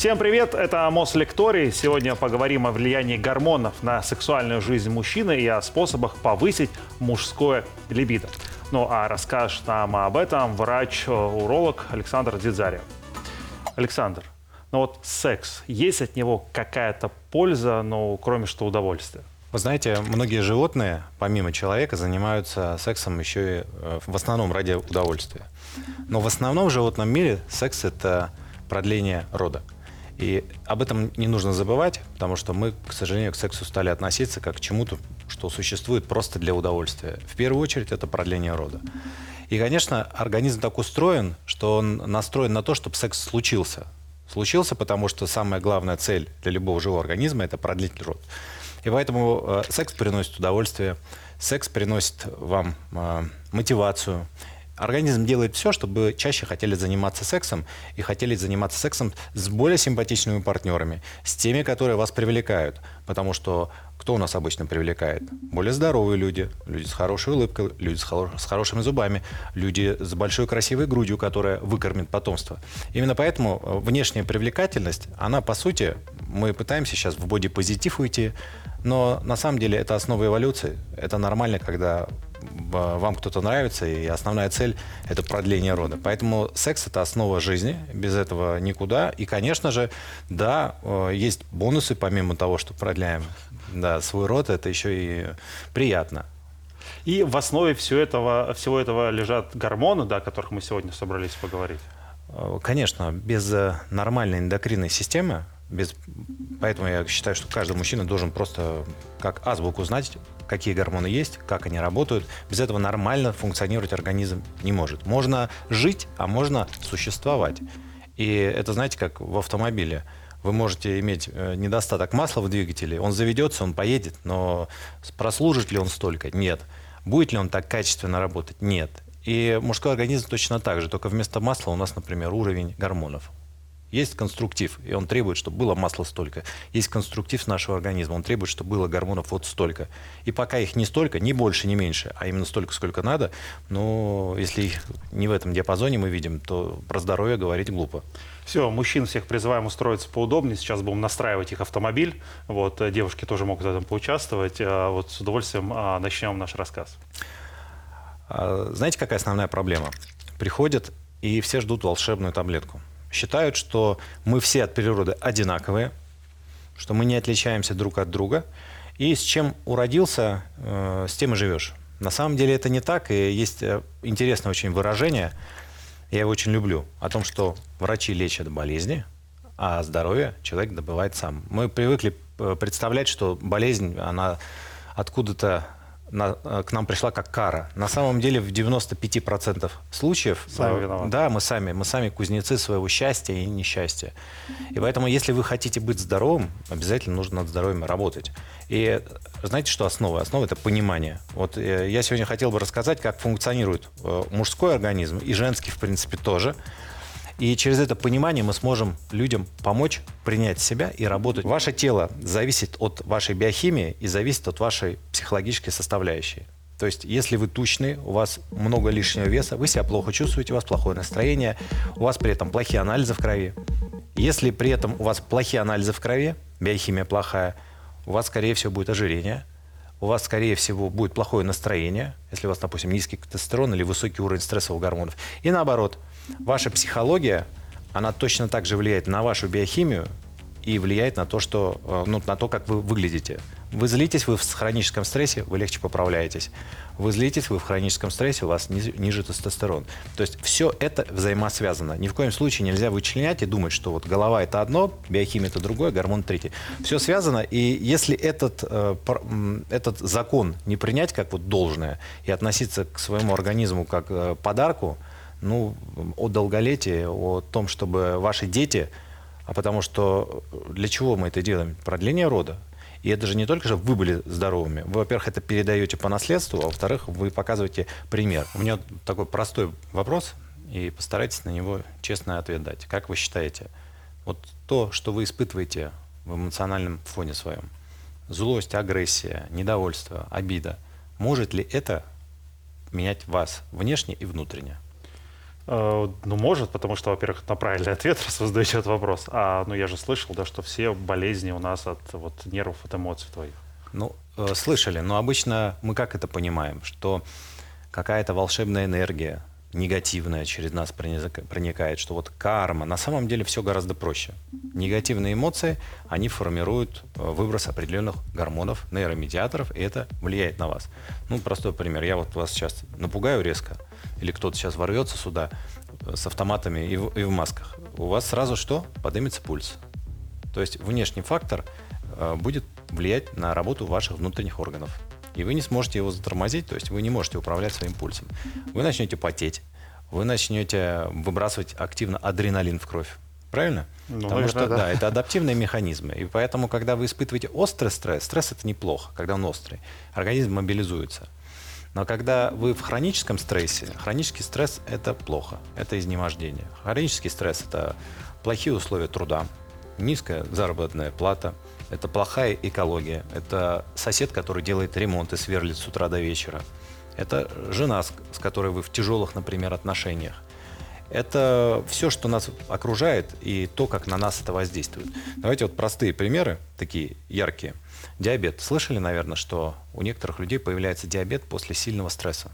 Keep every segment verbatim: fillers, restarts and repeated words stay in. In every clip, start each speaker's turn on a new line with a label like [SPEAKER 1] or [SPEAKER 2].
[SPEAKER 1] Всем привет, это Мослекторий. Сегодня поговорим о влиянии гормонов на сексуальную жизнь мужчины и о способах повысить мужское либидо. Ну а расскажет нам об этом врач-уролог Александр Дзидзарев. Александр, ну вот секс, есть от него какая-то польза, ну кроме что удовольствия?
[SPEAKER 2] Вы знаете, многие животные, помимо человека, занимаются сексом еще и в основном ради удовольствия. Но в основном в животном мире секс – это продление рода. И об этом не нужно забывать, потому что мы, к сожалению, к сексу стали относиться как к чему-то, что существует просто для удовольствия. В первую очередь это продление рода. И, конечно, организм так устроен, что он настроен на то, чтобы секс случился. Случился, потому что самая главная цель для любого живого организма – это продлить род. И поэтому э, секс приносит удовольствие, секс приносит вам э, мотивацию. Организм делает все, чтобы чаще хотели заниматься сексом, и хотели заниматься сексом с более симпатичными партнерами, с теми, которые вас привлекают. Потому что кто у нас обычно привлекает? Более здоровые люди, люди с хорошей улыбкой, люди с, хоро с хорошими зубами, люди с большой красивой грудью, которая выкормит потомство. Именно поэтому внешняя привлекательность, она, по сути, мы пытаемся сейчас в бодипозитив уйти, но на самом деле это основа эволюции. Это нормально, когда вам кто-то нравится, и основная цель – это продление рода. Поэтому секс – это основа жизни, без этого никуда. И, конечно же, да, есть бонусы, помимо того, что продляем да, свой род, это еще и приятно.
[SPEAKER 1] И в основе всего этого, всего этого лежат гормоны, да, о которых мы сегодня собрались поговорить.
[SPEAKER 2] Конечно, без нормальной эндокринной системы, без... поэтому я считаю, что каждый мужчина должен просто как азбуку знать, какие гормоны есть, как они работают. Без этого нормально функционировать организм не может. Можно жить, а можно существовать. И это, знаете, как в автомобиле. Вы можете иметь недостаток масла в двигателе, он заведется, он поедет, но прослужит ли он столько? Нет. Будет ли он так качественно работать? Нет. И мужской организм точно так же, только вместо масла у нас, например, уровень гормонов. Есть конструктив, и он требует, чтобы было масла столько. Есть конструктив нашего организма, он требует, чтобы было гормонов вот столько. И пока их не столько, ни больше, ни меньше, а именно столько, сколько надо, но если их не в этом диапазоне мы видим, то про здоровье говорить глупо.
[SPEAKER 1] Все, мужчин всех призываем устроиться поудобнее. Сейчас будем настраивать их автомобиль. Вот, девушки тоже могут в этом поучаствовать. Вот с удовольствием начнем наш рассказ.
[SPEAKER 2] Знаете, какая основная проблема? Приходят, и все ждут волшебную таблетку. Считают, что мы все от природы одинаковые, что мы не отличаемся друг от друга, и с чем уродился, э, с тем и живешь. На самом деле это не так, и есть интересное очень выражение, я его очень люблю, о том, что врачи лечат болезни, а здоровье человек добывает сам. Мы привыкли представлять, что болезнь, она откуда-то На, к нам пришла как кара. На самом деле в девяноста пяти процентах случаев
[SPEAKER 1] сами
[SPEAKER 2] да, мы сами, мы сами кузнецы своего счастья и несчастья. И поэтому, если вы хотите быть здоровым, обязательно нужно над здоровьем работать. И знаете, что основа? Основа – это понимание. Вот я сегодня хотел бы рассказать, как функционирует мужской организм и женский, в принципе, тоже. И через это понимание мы сможем людям помочь принять себя и работать. Ваше тело зависит от вашей биохимии и зависит от вашей психологической составляющей. То есть, если вы тучный, у вас много лишнего веса, вы себя плохо чувствуете, у вас плохое настроение, у вас при этом плохие анализы в крови. Если при этом у вас плохие анализы в крови, биохимия плохая, у вас, скорее всего, будет ожирение, у вас, скорее всего, будет плохое настроение, если у вас, допустим, низкий тестостерон или высокий уровень стрессовых гормонов. И наоборот. Ваша психология, она точно так же влияет на вашу биохимию и влияет на то, что, ну, на то, как вы выглядите. Вы злитесь, вы в хроническом стрессе, вы легче поправляетесь. Вы злитесь, вы в хроническом стрессе, у вас ниже, ниже тестостерон. То есть все это взаимосвязано. Ни в коем случае нельзя вычленять и думать, что вот голова – это одно, биохимия – это другое, гормон – третий. Все связано, и если этот, этот закон не принять как вот должное и относиться к своему организму как к подарку, ну, о долголетии, о том, чтобы ваши дети, а потому что для чего мы это делаем? Продление рода. И это же не только же вы были здоровыми. Вы, во-первых, это передаете по наследству, а во-вторых, вы показываете пример. У меня такой простой вопрос, и постарайтесь на него честный ответ дать. Как вы считаете, вот то, что вы испытываете в эмоциональном фоне своем, злость, агрессия, недовольство, обида, может ли это менять вас внешне и внутренне?
[SPEAKER 1] Э, Ну, может, потому что, во-первых, на правильный ответ, раз вы задаете этот вопрос. А, ну, я же слышал, да, что все болезни у нас от вот нервов, от эмоций твоих.
[SPEAKER 2] Ну, э, слышали, но обычно мы как это понимаем, что какая-то волшебная энергия негативная через нас проник- проникает, что вот карма. На самом деле все гораздо проще. Негативные эмоции, они формируют э, выброс определенных гормонов, нейромедиаторов, и это влияет на вас. Ну, простой пример. Я вот вас сейчас напугаю резко, или кто-то сейчас ворвется сюда э, с автоматами и в, и в масках. У вас сразу что? Поднимется пульс. То есть внешний фактор э, будет влиять на работу ваших внутренних органов. И вы не сможете его затормозить, то есть вы не можете управлять своим пульсом. Вы начнете потеть, вы начнете выбрасывать активно адреналин в кровь. Правильно?
[SPEAKER 1] Ну,
[SPEAKER 2] Потому
[SPEAKER 1] наверное,
[SPEAKER 2] что
[SPEAKER 1] да.
[SPEAKER 2] да, это адаптивные механизмы. И поэтому, когда вы испытываете острый стресс, стресс это неплохо, когда он острый, организм мобилизуется. Но когда вы в хроническом стрессе, хронический стресс – это плохо, это изнемождение. Хронический стресс – это плохие условия труда, низкая заработная плата, это плохая экология, это сосед, который делает ремонт и сверлит с утра до вечера, это жена, с с которой вы в тяжелых, например, отношениях. Это все, что нас окружает, и то, как на нас это воздействует. Давайте вот простые примеры, такие яркие. Диабет. Слышали, наверное, что у некоторых людей появляется диабет после сильного стресса?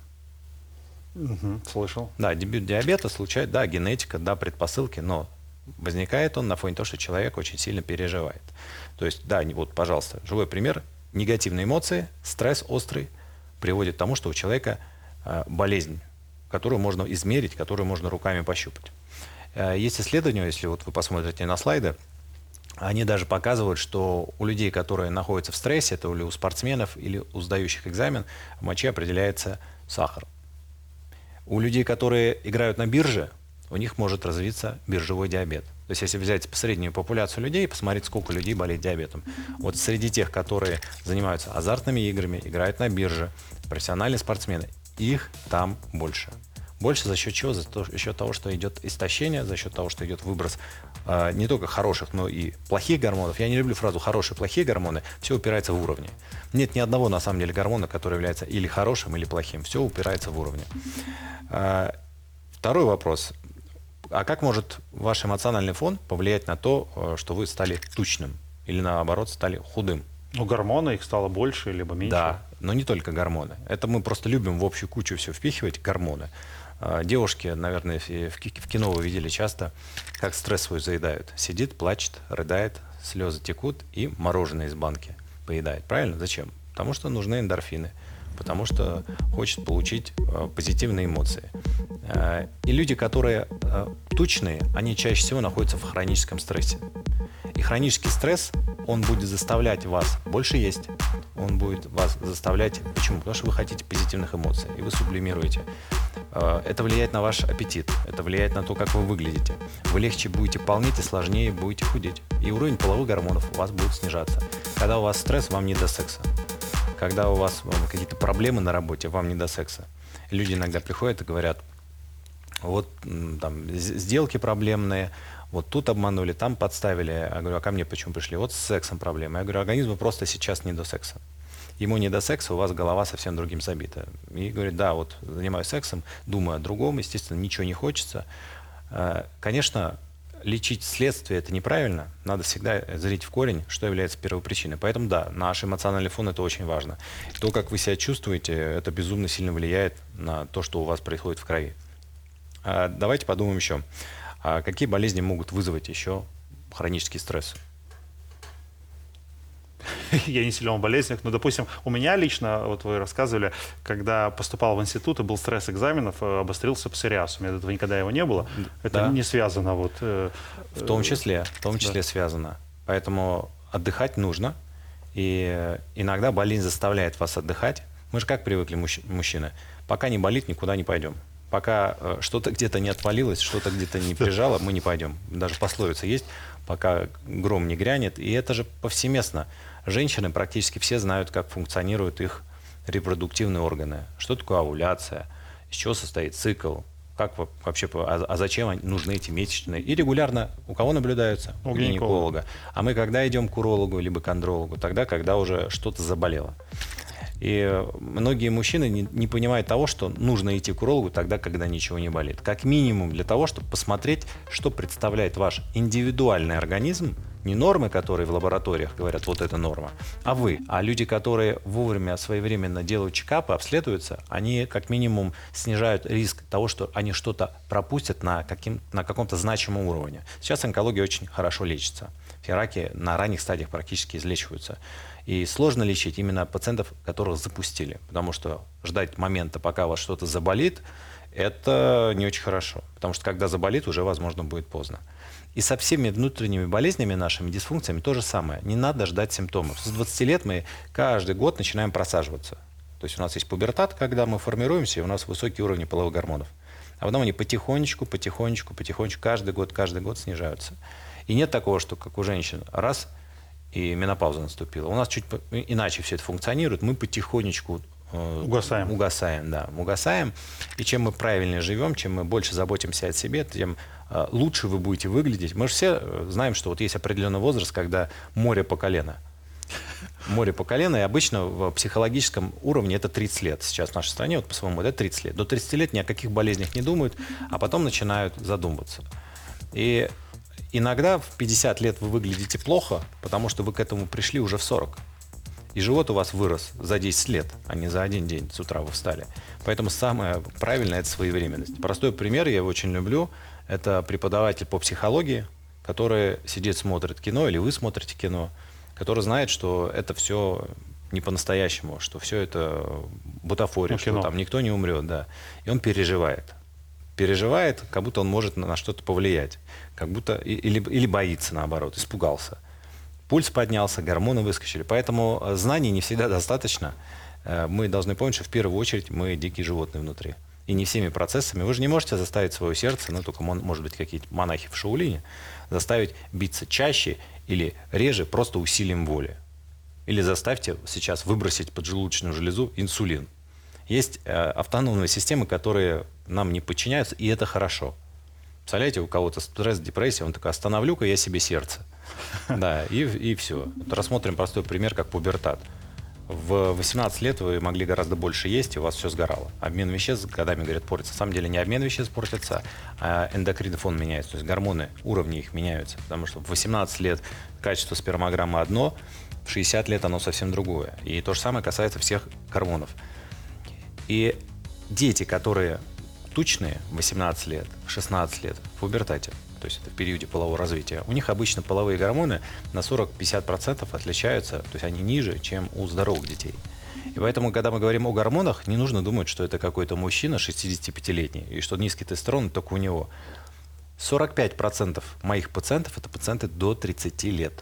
[SPEAKER 1] Мгм, слышал.
[SPEAKER 2] Да, дебют диабета случается, да, генетика, да, предпосылки, но возникает он на фоне того, что человек очень сильно переживает. То есть, да, не- вот, пожалуйста, живой пример. Негативные эмоции, стресс острый приводит к тому, что у человека э, болезнь, которую можно измерить, которую можно руками пощупать. Э, есть исследования, если вот вы посмотрите на слайды, они даже показывают, что у людей, которые находятся в стрессе, это или у спортсменов, или у сдающих экзамен, в моче определяется сахар. У людей, которые играют на бирже, у них может развиться биржевой диабет. То есть если взять среднюю популяцию людей и посмотреть, сколько людей болеет диабетом. Вот среди тех, которые занимаются азартными играми, играют на бирже, профессиональные спортсмены, их там больше. Больше за счет чего? За счет того, что идет истощение, за счет того, что идет выброс э, не только хороших, но и плохих гормонов. Я не люблю фразу «хорошие, плохие гормоны». Все упирается в уровни. Нет ни одного, на самом деле, гормона, который является или хорошим, или плохим. Все упирается в уровни. Э, второй вопрос. А как может ваш эмоциональный фон повлиять на то, э, что вы стали тучным или, наоборот, стали худым?
[SPEAKER 1] Ну, гормоны, их стало больше, либо меньше.
[SPEAKER 2] Да, но не только гормоны. Это мы просто любим в общую кучу все впихивать, гормоны. А, Девушки, наверное, в ки- в кино вы видели часто, как стресс свой заедают. Сидит, плачет, рыдает, слезы текут и мороженое из банки поедает. Правильно? Зачем? Потому что нужны эндорфины, потому что хочет получить э, позитивные эмоции. Э, И люди, которые э, тучные, они чаще всего находятся в хроническом стрессе. И хронический стресс, он будет заставлять вас больше есть, он будет вас заставлять... Почему? Потому что вы хотите позитивных эмоций, и вы сублимируете. Э, Это влияет на ваш аппетит, это влияет на то, как вы выглядите. Вы легче будете полнеть и сложнее будете худеть. И уровень половых гормонов у вас будет снижаться. Когда у вас стресс, вам не до секса. Когда у вас м, какие-то проблемы на работе, вам не до секса. Люди иногда приходят и говорят, вот м, там с- сделки проблемные, вот тут обманули, там подставили. Я говорю, а ко мне почему пришли? Вот с сексом проблемы. Я говорю, организму просто сейчас не до секса. Ему не до секса, у вас голова совсем другим забита. И говорит, да, вот занимаюсь сексом, думаю о другом, естественно, ничего не хочется. Э, Конечно, лечить следствие это неправильно. Надо всегда зрить в корень, что является первопричиной. Поэтому да, наш эмоциональный фон это очень важно. То, как вы себя чувствуете, это безумно сильно влияет на то, что у вас происходит в крови. А Давайте подумаем еще. А какие болезни могут вызвать еще хронический стресс?
[SPEAKER 1] Я не силен в болезнях, но, допустим, у меня лично, вот вы рассказывали, когда поступал в институт и был стресс экзаменов, э, обострился псориаз. У меня до этого никогда его не было. Это
[SPEAKER 2] Да.
[SPEAKER 1] не связано вот... э,
[SPEAKER 2] В том числе, в том числе связано. Поэтому отдыхать нужно. И э, иногда болезнь заставляет вас отдыхать. Мы же как привыкли, мужч- мужчины? Пока не болит, никуда не пойдем. Пока э, что-то где-то не отвалилось, что-то где-то не прижало, мы не пойдем. Даже пословица есть, пока гром не грянет. И это же повсеместно. Женщины практически все знают, как функционируют их репродуктивные органы. Что такое овуляция, из чего состоит цикл, как во- вообще, по- а, а зачем они- нужны эти месячные. И регулярно у кого наблюдаются?
[SPEAKER 1] У
[SPEAKER 2] У
[SPEAKER 1] гинеколога.
[SPEAKER 2] гинеколога. А мы когда идем к урологу либо к андрологу? Тогда, когда уже что-то заболело. И многие мужчины не, не понимают того, что нужно идти к урологу тогда, когда ничего не болит. Как минимум для того, чтобы посмотреть, что представляет ваш индивидуальный организм, не нормы, которые в лабораториях говорят, вот это норма, а вы. А люди, которые вовремя, своевременно делают чекапы, обследуются, они как минимум снижают риск того, что они что-то пропустят на, каким, на каком-то значимом уровне. Сейчас онкология очень хорошо лечится. Все раки на ранних стадиях практически излечиваются. И сложно лечить именно пациентов, которых запустили. Потому что ждать момента, пока у вас что-то заболит, это не очень хорошо. Потому что когда заболит, уже, возможно, будет поздно. И со всеми внутренними болезнями нашими, дисфункциями то же самое. Не надо ждать симптомов. С двадцати лет мы каждый год начинаем просаживаться. То есть у нас есть пубертат, когда мы формируемся, и у нас высокие уровни половых гормонов. А потом они потихонечку, потихонечку, потихонечку, каждый год, каждый год снижаются. И нет такого, что как у женщин, раз, и менопауза наступила. У нас чуть иначе все это функционирует. Мы потихонечку э,
[SPEAKER 1] Угасаем.
[SPEAKER 2] Угасаем, да, угасаем. И чем мы правильнее живем, чем мы больше заботимся о себе, тем э, лучше вы будете выглядеть. Мы же все знаем, что вот есть определенный возраст, когда море по колено. Море по колено, и обычно в психологическом уровне это тридцать лет. Сейчас в нашей стране, вот по своему, это тридцать лет. До тридцати лет ни о каких болезнях не думают, а потом начинают задумываться. И иногда в пятьдесят лет вы выглядите плохо, потому что вы к этому пришли уже в сорок. И живот у вас вырос за десять лет, а не за один день с утра вы встали. Поэтому самое правильное – это своевременность. Простой пример, я его очень люблю, это преподаватель по психологии, который сидит, смотрит кино, или вы смотрите кино, который знает, что это все не по-настоящему, что все это бутафория, ну, что там никто не умрет, да. И он переживает. Переживает, как будто он может на что-то повлиять, как будто или, или боится, наоборот, испугался. Пульс поднялся, гормоны выскочили. Поэтому знаний не всегда достаточно. Мы должны помнить, что в первую очередь мы дикие животные внутри. И не всеми процессами. Вы же не можете заставить свое сердце, ну только, может быть, какие-то монахи в Шаолине, заставить биться чаще или реже просто усилием воли. Или заставьте сейчас выбросить поджелудочную железу инсулин. Есть э, автономные системы, которые нам не подчиняются, и это хорошо. Представляете, у кого-то стресс, депрессия, он такой, остановлю-ка я себе сердце. Да, и, и все. Вот рассмотрим простой пример, как пубертат. В восемнадцать лет вы могли гораздо больше есть, и у вас все сгорало. Обмен веществ годами, говорят, портится. На самом деле не обмен веществ портится, а эндокринный фон меняется. То есть гормоны, уровни их меняются. Потому что в восемнадцать лет качество спермограммы одно, в шестьдесят лет оно совсем другое. И то же самое касается всех гормонов. И дети, которые тучные, восемнадцать лет, шестнадцать лет, в пубертате, то есть это в периоде полового развития, у них обычно половые гормоны на сорок-пятьдесят процентов отличаются, то есть они ниже, чем у здоровых детей. И поэтому, когда мы говорим о гормонах, не нужно думать, что это какой-то мужчина шестидесятипятилетний, и что низкий тестостерон только у него. сорок пять процентов моих пациентов – это пациенты до тридцати лет.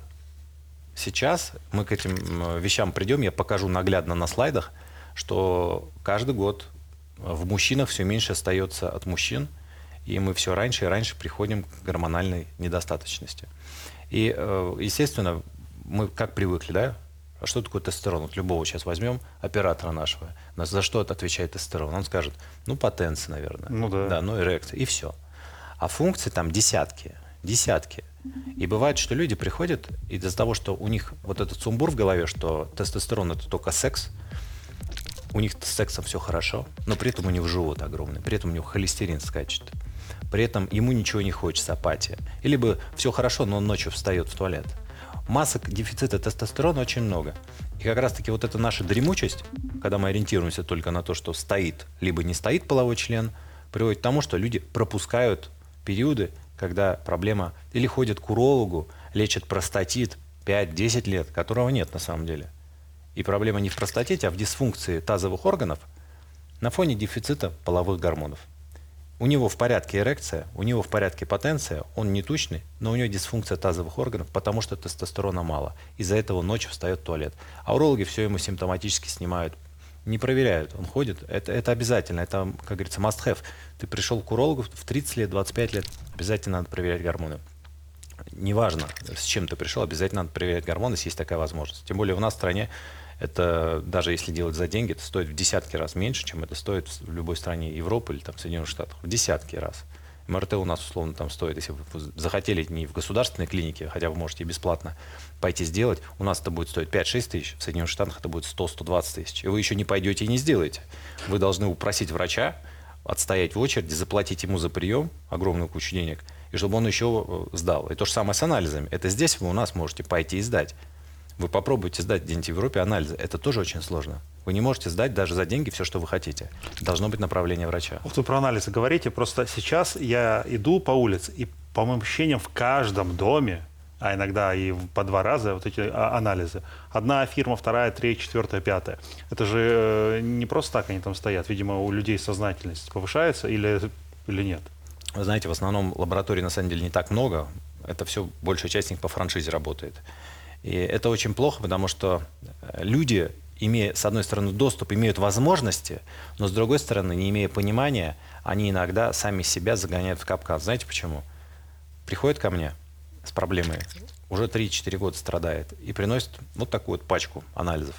[SPEAKER 2] Сейчас мы к этим вещам придем, я покажу наглядно на слайдах, что каждый год в мужчинах все меньше остается от мужчин, и мы все раньше и раньше приходим к гормональной недостаточности. И, естественно, мы как привыкли, да? А что такое тестостерон? Вот любого сейчас возьмем, оператора нашего. За что отвечает тестостерон? Он скажет, ну, потенция, наверное.
[SPEAKER 1] Ну да.
[SPEAKER 2] Да, ну, эрекция, и все. А функций там десятки, десятки. И бывает, что люди приходят, и из-за того, что у них вот этот сумбур в голове, что тестостерон – это только секс, у них с сексом все хорошо, но при этом у них живот огромный, при этом у него холестерин скачет, при этом ему ничего не хочется, апатия. Или бы все хорошо, но он ночью встает в туалет. Масок дефицита тестостерона очень много. И как раз-таки вот эта наша дремучесть, когда мы ориентируемся только на то, что стоит, либо не стоит половой член, приводит к тому, что люди пропускают периоды, когда проблема, или ходят к урологу, лечат простатит пять-десять лет, которого нет на самом деле. И проблема не в простатите, а в дисфункции тазовых органов на фоне дефицита половых гормонов. У него в порядке эрекция, у него в порядке потенция, он не тучный, но у него дисфункция тазовых органов, потому что тестостерона мало. Из-за этого ночью встает в туалет. А урологи все ему симптоматически снимают, не проверяют, он ходит. Это, это обязательно, это, как говорится, must have. Ты пришел к урологу в тридцать лет, двадцать пять лет, обязательно надо проверять гормоны. Неважно, с чем ты пришел, обязательно надо проверять гормоны, если есть такая возможность. Тем более у нас в стране это, даже если делать за деньги, это стоит в десятки раз меньше, чем это стоит в любой стране Европы или там, Соединенных Штатах. В десятки раз. эм эр тэ у нас условно там стоит, если вы захотели не в государственной клинике, хотя вы можете бесплатно пойти сделать, у нас это будет стоить пять-шесть тысяч, в Соединенных Штатах это будет сто-сто двадцать тысяч. И вы еще не пойдете и не сделаете. Вы должны упросить врача, отстоять в очереди, заплатить ему за прием огромную кучу денег, и чтобы он еще сдал. И то же самое с анализами. Это здесь вы у нас можете пойти и сдать. Вы попробуйте сдать где-нибудь в Европе анализы. Это тоже очень сложно. Вы не можете сдать даже за деньги все, что вы хотите. Должно быть направление врача.
[SPEAKER 1] Вот вы про анализы говорите. Просто сейчас я иду по улице, и по моим ощущениям в каждом доме, а иногда и по два раза вот эти а, анализы. Одна фирма, вторая, третья, четвертая, пятая. Это же э, не просто так они там стоят. Видимо, у людей сознательность повышается или, или нет?
[SPEAKER 2] Вы знаете, в основном лабораторий на самом деле не так много. Это все, большая часть них по франшизе работает. И это очень плохо, потому что люди, имея, с одной стороны, доступ, имеют возможности, но с другой стороны, не имея понимания, они иногда сами себя загоняют в капкан. Знаете почему? Приходит ко мне с проблемой, уже три-четыре года страдает, и приносит вот такую вот пачку анализов.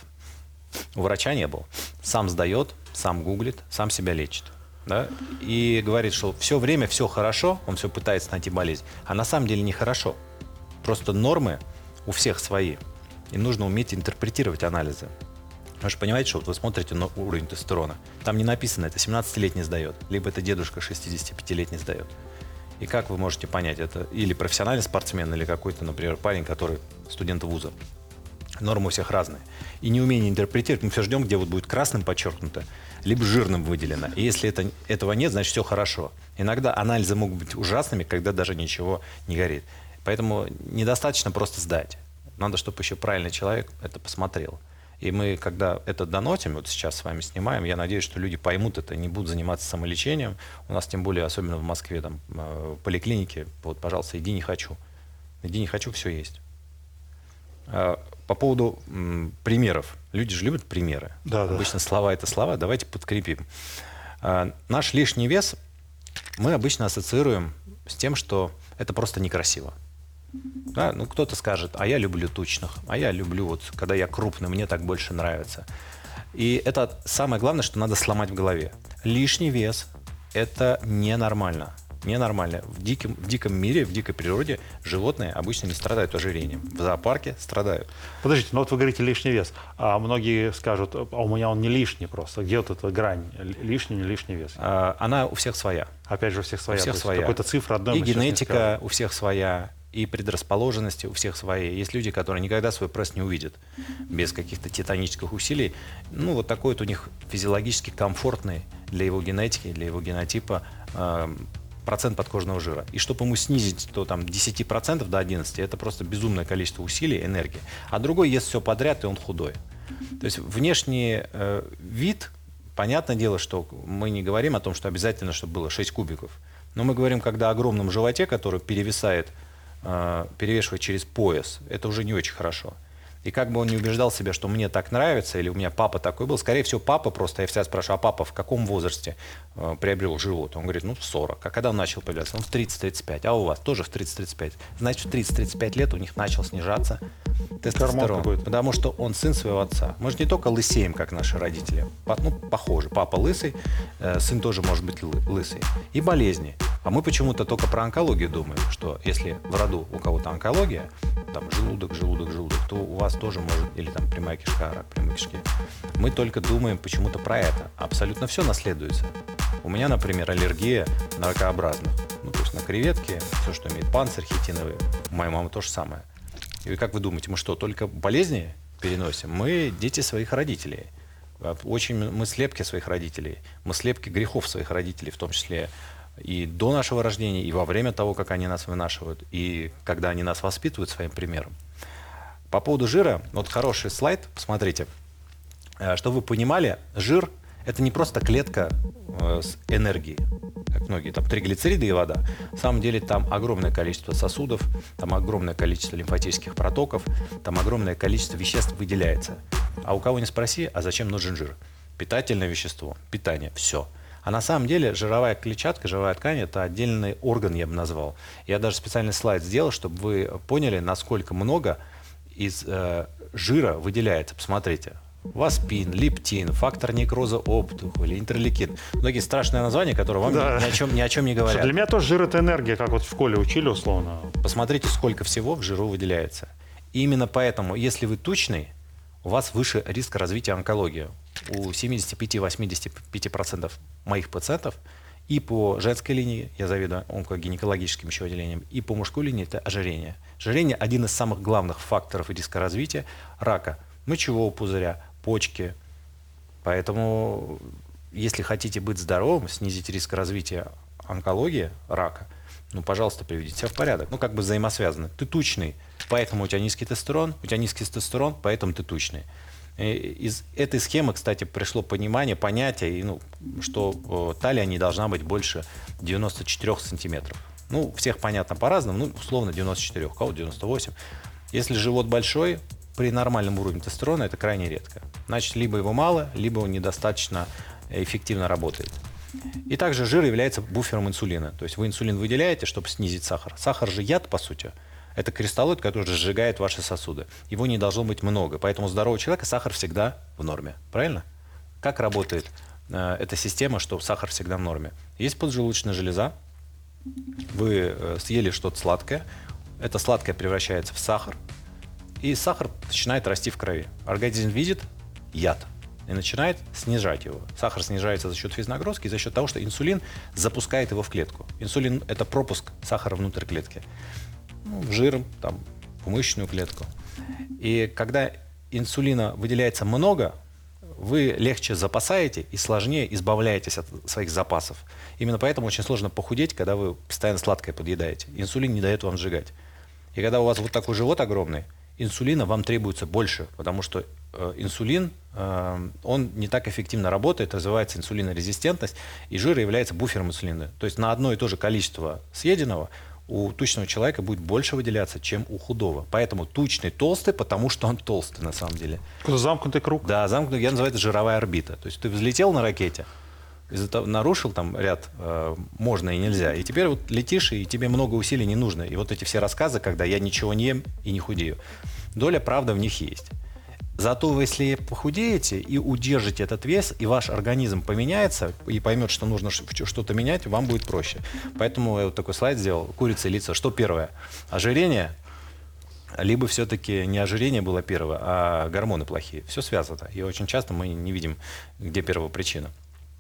[SPEAKER 2] У врача не было. Сам сдает, сам гуглит, сам себя лечит. Да? И говорит, что все время все хорошо, он все пытается найти болезнь, а на самом деле нехорошо. Просто нормы у всех свои. И нужно уметь интерпретировать анализы. Вы же понимаете, что вот вы смотрите на уровень тестостерона. Там не написано, это семнадцатилетний сдает, либо это дедушка шестидесятипятилетний сдает. И как вы можете понять, это или профессиональный спортсмен, или какой-то, например, парень, который студент вуза. Нормы у всех разные. И неумение интерпретировать, мы все ждем, где вот будет красным подчеркнуто, либо жирным выделено. И если это, этого нет, значит все хорошо. Иногда анализы могут быть ужасными, когда даже ничего не горит. Поэтому недостаточно просто сдать. Надо, чтобы еще правильный человек это посмотрел. И мы, когда это доносим, вот сейчас с вами снимаем, я надеюсь, что люди поймут это, не будут заниматься самолечением. У нас, тем более, особенно в Москве, там, поликлиники, вот, пожалуйста, иди не хочу. Иди не хочу, все есть. По поводу м, примеров. Люди же любят примеры.
[SPEAKER 1] Да,
[SPEAKER 2] обычно
[SPEAKER 1] да.
[SPEAKER 2] слова – это слова. Давайте подкрепим. Наш лишний вес мы обычно ассоциируем с тем, что это просто некрасиво. Да? Ну, кто-то скажет, а я люблю тучных, а я люблю, вот, когда я крупный, мне так больше нравится. И это самое главное, что надо сломать в голове. Лишний вес – это ненормально. Ненормально. В диком, в диком мире, в дикой природе животные обычно не страдают ожирением. В зоопарке страдают.
[SPEAKER 1] Подождите, ну вот вы говорите лишний вес, а многие скажут, а у меня он не лишний просто. Где вот эта грань? Лишний, не лишний вес?
[SPEAKER 2] А, она у всех своя.
[SPEAKER 1] Опять же, у всех своя.
[SPEAKER 2] У всех своя.
[SPEAKER 1] Какой-то цифра одной
[SPEAKER 2] И
[SPEAKER 1] мы сейчас не
[SPEAKER 2] генетика
[SPEAKER 1] скажем.
[SPEAKER 2] у всех своя, и предрасположенности у всех свои. Есть люди, которые никогда свой пресс не увидят без каких-то титанических усилий. Ну, вот такой вот у них физиологически комфортный для его генетики, для его генотипа э, процент подкожного жира. И чтобы ему снизить до там, десять процентов до одиннадцати процентов, это просто безумное количество усилий, энергии. А другой ест все подряд, и он худой. То есть внешний э, вид, понятное дело, что мы не говорим о том, что обязательно, чтобы было шесть кубиков. Но мы говорим, когда о огромном животе, который перевисает, э, перевешивает через пояс, это уже не очень хорошо. И как бы он не убеждал себя, что мне так нравится, или у меня папа такой был, скорее всего, папа просто, я всегда спрашиваю, а папа в каком возрасте э, приобрел живот? Он говорит, ну, в сорок. А когда он начал появляться? Он в тридцать-тридцать пять. А у вас тоже в тридцать-тридцать пять. Значит, в тридцать-тридцать пять лет у них начал снижаться тестостерон. Потому что он сын своего отца. Мы же не только лысеем, как наши родители. По, ну, похоже. Папа лысый, э, сын тоже может быть лы, лысый. И болезни. А мы почему-то только про онкологию думаем, что если в роду у кого-то онкология, там желудок, желудок, желудок, то у вас тоже может, или там прямая кишка, рак прямой кишки. Мы только думаем почему-то про это. Абсолютно все наследуется. У меня, например, аллергия на ракообразных. Ну, то есть на креветки, все, что имеет панцирь хитиновый. У моей мамы то же самое. И как вы думаете, мы что, только болезни переносим? Мы дети своих родителей. Очень мы слепки своих родителей. Мы слепки грехов своих родителей, в том числе и до нашего рождения, и во время того, как они нас вынашивают, и когда они нас воспитывают своим примером. По поводу жира, вот хороший слайд, посмотрите. Чтобы вы понимали, жир – это не просто клетка с энергией, как многие, там триглицериды и вода. На самом деле там огромное количество сосудов, там огромное количество лимфатических протоков, там огромное количество веществ выделяется. А у кого не спроси, а зачем нужен жир? Питательное вещество, питание, все. А на самом деле жировая клетчатка, жировая ткань – это отдельный орган, я бы назвал. Я даже специальный слайд сделал, чтобы вы поняли, насколько много из э, жира выделяется. Посмотрите, Васпин, лептин, фактор некроза опухоли, интерлейкин. Многие страшные названия, которые вам
[SPEAKER 1] Да.
[SPEAKER 2] ни, о чем, ни о чем не говорят.
[SPEAKER 1] Для меня тоже жир — это энергия, как вот в школе учили условно.
[SPEAKER 2] Посмотрите, сколько всего в жиру выделяется. И именно поэтому, если вы тучный, у вас выше риск развития онкологии. У семьдесят пять - восемьдесят пять процентов моих пациентов и по женской линии, я заведую онкогинекологическим еще отделением, и по мужской линии это ожирение. Ожирение – один из самых главных факторов риска развития рака мочевого пузыря, почки. Поэтому, если хотите быть здоровым, снизить риск развития онкологии, рака, ну, пожалуйста, приведите себя в порядок. Ну, как бы взаимосвязаны. Ты тучный, поэтому у тебя низкий тестостерон, у тебя низкий тестостерон, поэтому ты тучный. И из этой схемы, кстати, пришло понимание, понятие, и, ну, что о, талия не должна быть больше девяноста четырёх сантиметров. Ну, у всех понятно по-разному, ну, условно девяносто четыре, у кого девяносто восемь. Если живот большой, при нормальном уровне тестостерона это крайне редко. Значит, либо его мало, либо он недостаточно эффективно работает. И также жир является буфером инсулина. То есть вы инсулин выделяете, чтобы снизить сахар. Сахар же яд, по сути. Это кристаллоид, который сжигает ваши сосуды. Его не должно быть много. Поэтому у здорового человека сахар всегда в норме. Правильно? Как работает э, эта система, что сахар всегда в норме? Есть поджелудочная железа. Вы э, съели что-то сладкое. Это сладкое превращается в сахар. И сахар начинает расти в крови. Организм видит яд и начинает снижать его. Сахар снижается за счет физнагрузки и за счет того, что инсулин запускает его в клетку. Инсулин – это пропуск сахара внутрь клетки. Ну, в жир, там, в мышечную клетку. И когда инсулина выделяется много, вы легче запасаете и сложнее избавляетесь от своих запасов. Именно поэтому очень сложно похудеть, когда вы постоянно сладкое подъедаете. Инсулин не дает вам сжигать. И когда у вас вот такой живот огромный, инсулина вам требуется больше, потому что э, инсулин, э, он не так эффективно работает, развивается инсулинорезистентность, и жир является буфером инсулина. То есть на одно и то же количество съеденного у тучного человека будет больше выделяться, чем у худого. Поэтому тучный толстый, потому что он толстый на самом деле.
[SPEAKER 1] Замкнутый круг.
[SPEAKER 2] Да, замкнутый, я называю это жировая орбита. То есть ты взлетел на ракете, из-за того, нарушил там ряд э, можно и нельзя, и теперь вот летишь, и тебе много усилий не нужно. И вот эти все рассказы, когда я ничего не ем и не худею, доля правды в них есть. Зато вы, если похудеете и удержите этот вес, и ваш организм поменяется, и поймет, что нужно что-то менять, вам будет проще. Поэтому я вот такой слайд сделал, курица и лица. Что первое? Ожирение? Либо все-таки не ожирение было первое, а гормоны плохие. Все связано. И очень часто мы не видим, где первопричина.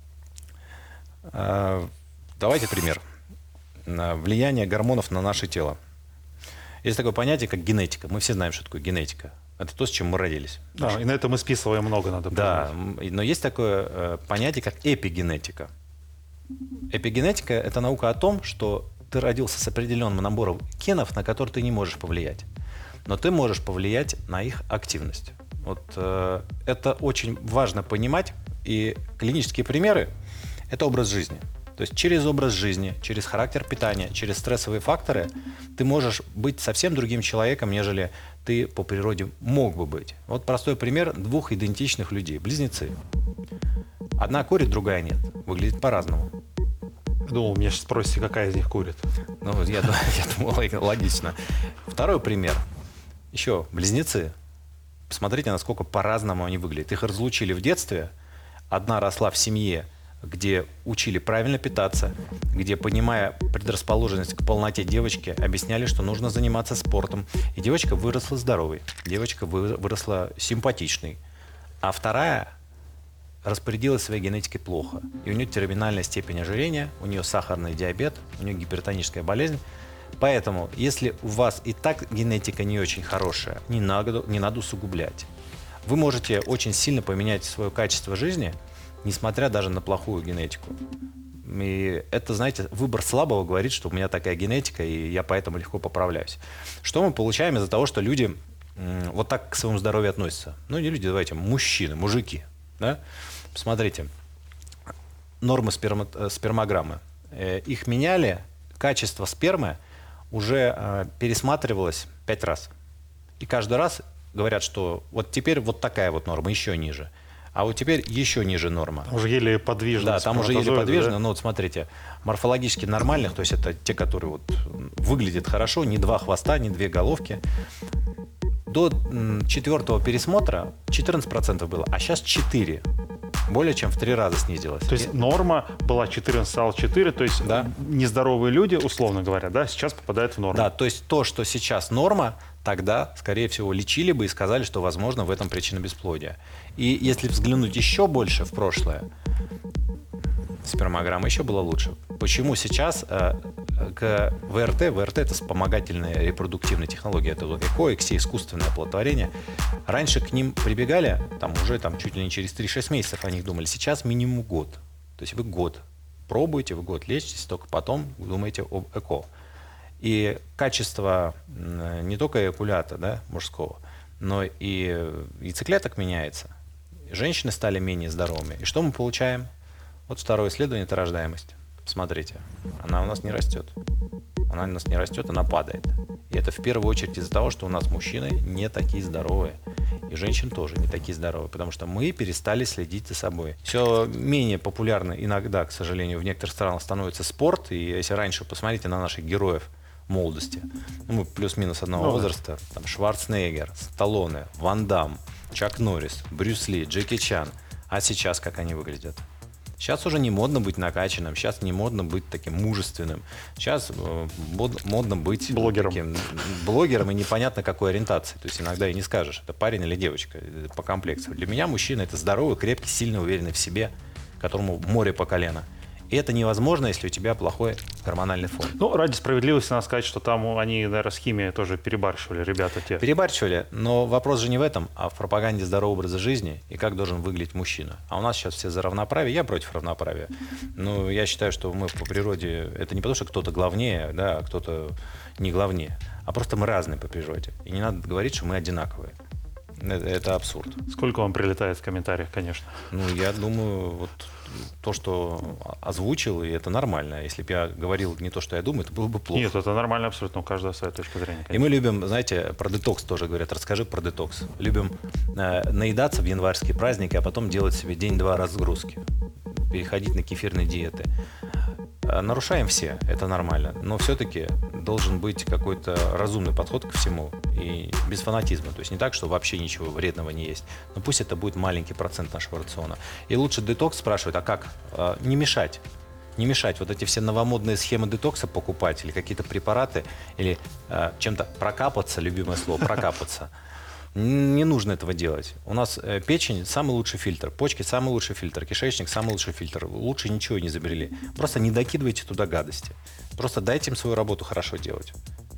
[SPEAKER 2] Давайте пример. Влияние гормонов на наше тело. Есть такое понятие, как генетика. Мы все знаем, что такое генетика. Это то, с чем мы родились.
[SPEAKER 1] Да, и на это мы списываем много, надо
[SPEAKER 2] Да,
[SPEAKER 1] понимать.
[SPEAKER 2] но есть такое э, понятие, как эпигенетика. Эпигенетика – это наука о том, что ты родился с определенным набором генов, на которые ты не можешь повлиять. Но ты можешь повлиять на их активность. Вот, э, это очень важно понимать. И клинические примеры – это образ жизни. То есть через образ жизни, через характер питания, через стрессовые факторы ты можешь быть совсем другим человеком, нежели ты по природе мог бы быть. Вот простой пример двух идентичных людей, близнецы. Одна курит, другая нет. Выглядит по-разному.
[SPEAKER 1] Думал, меня сейчас спросите, какая из них курит.
[SPEAKER 2] Ну, я, я думал, логично. Второй пример. Еще близнецы. Посмотрите, насколько по-разному они выглядят. Их разлучили в детстве. Одна росла в семье, где учили правильно питаться, где, понимая предрасположенность к полноте девочки, объясняли, что нужно заниматься спортом. И девочка выросла здоровой, девочка выросла симпатичной. А вторая распорядилась своей генетикой плохо. И у нее терминальная степень ожирения, у нее сахарный диабет, у нее гипертоническая болезнь. Поэтому, если у вас и так генетика не очень хорошая, не надо, не надо усугублять. Вы можете очень сильно поменять свое качество жизни, несмотря даже на плохую генетику. И это, знаете, выбор слабого говорит, что у меня такая генетика, и я поэтому легко поправляюсь. Что мы получаем из-за того, что люди м, вот так к своему здоровью относятся? Ну, не люди, давайте, мужчины, мужики. Да? Посмотрите, нормы сперма, спермограммы. Э, их меняли, качество спермы уже э, пересматривалось пять раз. И каждый раз говорят, что вот теперь вот такая вот норма, еще ниже. А вот теперь еще ниже норма.
[SPEAKER 1] Уже еле подвижно.
[SPEAKER 2] Да, там уже еле подвижно, да? Но вот смотрите, морфологически нормальных, то есть это те, которые вот выглядят хорошо, не два хвоста, не две головки, До м, четвертого пересмотра четырнадцать процентов было, а сейчас четыре процента. Более чем в три раза снизилось.
[SPEAKER 1] То есть
[SPEAKER 2] И-
[SPEAKER 1] норма была четырнадцать, стала четыре, то есть
[SPEAKER 2] Да.
[SPEAKER 1] нездоровые люди, условно говоря, да, сейчас попадают в норму.
[SPEAKER 2] Да, то есть то, что сейчас норма, тогда, скорее всего, лечили бы и сказали, что, возможно, в этом причина бесплодия. И если взглянуть еще больше в прошлое, спермограмма еще была лучше. Почему сейчас э, к ВРТ, ВРТ это вспомогательная репродуктивная технология, это вот ЭКО, ЭКСИ, искусственное оплодотворение. Раньше к ним прибегали, там уже там, чуть ли не через три-шесть месяцев о них думали, сейчас минимум год. То есть вы год пробуете, вы год лечитесь, только потом думаете об ЭКО. И качество м, не только эякулята, да, мужского, но и яйцеклеток меняется. Женщины стали менее здоровыми. И что мы получаем? Вот второе исследование – это рождаемость. Смотрите, она у нас не растет. Она у нас не растет, она падает. И это в первую очередь из-за того, что у нас мужчины не такие здоровые. И женщины тоже не такие здоровые, потому что мы перестали следить за собой. Все менее популярно иногда, к сожалению, в некоторых странах становится спорт. И если раньше посмотрите на наших героев молодости, ну, мы плюс-минус одного
[SPEAKER 1] Ну,
[SPEAKER 2] возраста, там Шварценеггер, Сталлоне, Ван Дамм, Чак Норрис, Брюс Ли, Джеки Чан. А сейчас как они выглядят? Сейчас уже не модно быть накачанным, сейчас не модно быть таким мужественным. Сейчас э, мод- модно быть
[SPEAKER 1] Блогером.
[SPEAKER 2] таким блогером и непонятно какой ориентации. То есть иногда и не скажешь, это парень или девочка э, по комплексу. Для меня мужчина – это здоровый, крепкий, сильно уверенный в себе, которому море по колено. И это невозможно, если у тебя плохой гормональный фон.
[SPEAKER 1] Ну, ради справедливости надо сказать, что там они, наверное, с химией тоже перебарщивали, ребята те.
[SPEAKER 2] Перебарщивали, но вопрос же не в этом, а в пропаганде здорового образа жизни и как должен выглядеть мужчина. А у нас сейчас все за равноправие, я против равноправия. Но я считаю, что мы по природе, это не потому, что кто-то главнее, да, а кто-то не главнее, а просто мы разные по природе. И не надо говорить, что мы одинаковые. Это, это абсурд.
[SPEAKER 1] Сколько вам прилетает в комментариях, конечно.
[SPEAKER 2] Ну, я думаю, вот то, что озвучил, и это нормально. Если бы я говорил не то, что я думаю, это было бы плохо.
[SPEAKER 1] Нет, это нормально абсолютно, у каждого своя точка зрения.
[SPEAKER 2] И
[SPEAKER 1] Конечно.
[SPEAKER 2] мы любим, знаете, про детокс тоже говорят, расскажи про детокс. Любим э, наедаться в январские праздники, а потом делать себе день-два разгрузки, переходить на кефирные диеты. Э, нарушаем все, это нормально, но все-таки должен быть какой-то разумный подход ко всему и без фанатизма. То есть не так, что вообще ничего вредного не есть, но пусть это будет маленький процент нашего рациона. И лучше детокс спрашивают, а как? Э, не мешать. Не мешать вот эти все новомодные схемы детокса покупать или какие-то препараты, или э, чем-то прокапаться, любимое слово, прокапаться. Н- Не нужно этого делать. У нас э, печень – самый лучший фильтр, почки – самый лучший фильтр, кишечник – самый лучший фильтр. Лучше ничего не изобрели. Просто не докидывайте туда гадости. Просто дайте им свою работу хорошо делать.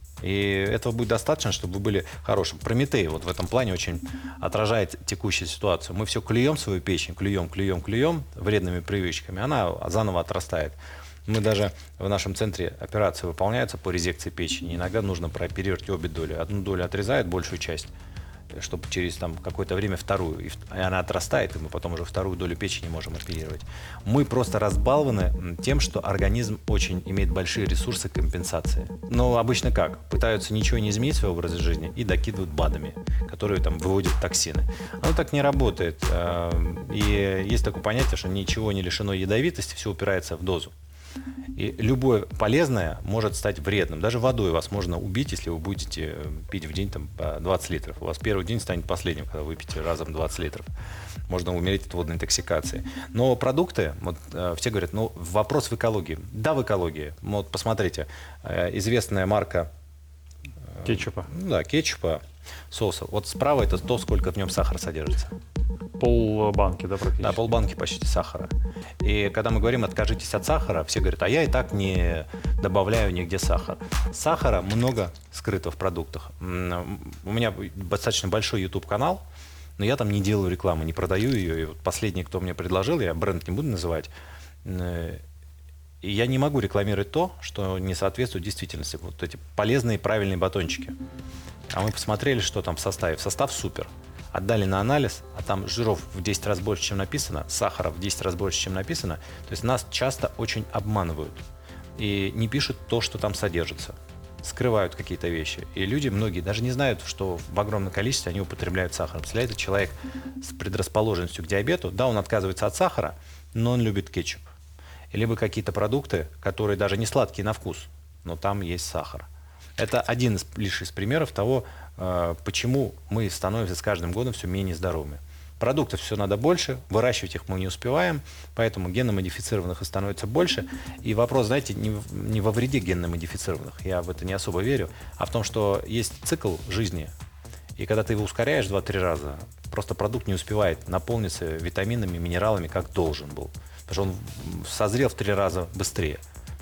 [SPEAKER 2] И этого будет достаточно, чтобы вы были хорошим. Прометей вот в этом плане очень отражает текущую ситуацию. Мы все клюем свою печень, клюем, клюем, клюем вредными привычками. Она заново отрастает. Мы даже в нашем центре операции выполняются по резекции печени. Иногда нужно прооперировать обе доли. Одну долю отрезают, большую часть, чтобы через там, какое-то время вторую. И в- и она отрастает, и мы потом уже вторую долю печени можем оперировать. Мы просто разбалованы м, тем, что организм очень имеет большие ресурсы компенсации. Но обычно как? Пытаются ничего не изменить в своем образе жизни и докидывают БАДами, которые там выводят токсины. Оно так не работает. Э, И есть такое понятие, что ничего не лишено ядовитости, все упирается в дозу. И любое полезное может стать вредным. Даже водой вас можно убить, если вы будете пить в день там, по двадцать литров. У вас первый день станет последним, когда вы выпьете разом двадцать литров. Можно умереть от водной интоксикации. Но продукты, вот, э, все говорят, ну вопрос в экологии. Да, в экологии. Вот посмотрите, э, известная марка
[SPEAKER 1] Кетчупа.
[SPEAKER 2] ну, да, кетчупа, соуса. Вот справа это то, сколько в нем сахара содержится.
[SPEAKER 1] Пол банки, да, практически?
[SPEAKER 2] Да, полбанки почти сахара. И когда мы говорим «откажитесь от сахара», все говорят, а я и так не добавляю нигде сахар. Сахара много скрыто в продуктах. М, У меня достаточно большой YouTube-канал, но я там не делаю рекламу, не продаю ее. И вот последний, кто мне предложил, я бренд не буду называть, э, и я не могу рекламировать то, что не соответствует действительности. Вот эти полезные правильные батончики. А мы посмотрели, что там в составе. В состав супер. Отдали на анализ, а там жиров в десять раз больше, чем написано, сахара в десять раз больше, чем написано. То есть нас часто очень обманывают и не пишут то, что там содержится. Скрывают какие-то вещи. И люди, многие, даже не знают, что в огромном количестве они употребляют сахар. Представляете, человек с предрасположенностью к диабету, да, он отказывается от сахара, но он любит кетчуп. Либо какие-то продукты, которые даже не сладкие на вкус, но там есть сахар. Это один из, лишь из примеров того, э, почему мы становимся с каждым годом все менее здоровыми. Продуктов все надо больше, выращивать их мы не успеваем, поэтому генно-модифицированных и становится больше. И вопрос, знаете, не, в- не во вреде генно-модифицированных, я в это не особо верю, а в том, что есть цикл жизни, и когда ты его ускоряешь два-три раза, просто продукт не успевает наполниться витаминами, минералами, как должен был. Потому что он м, созрел в три раза быстрее.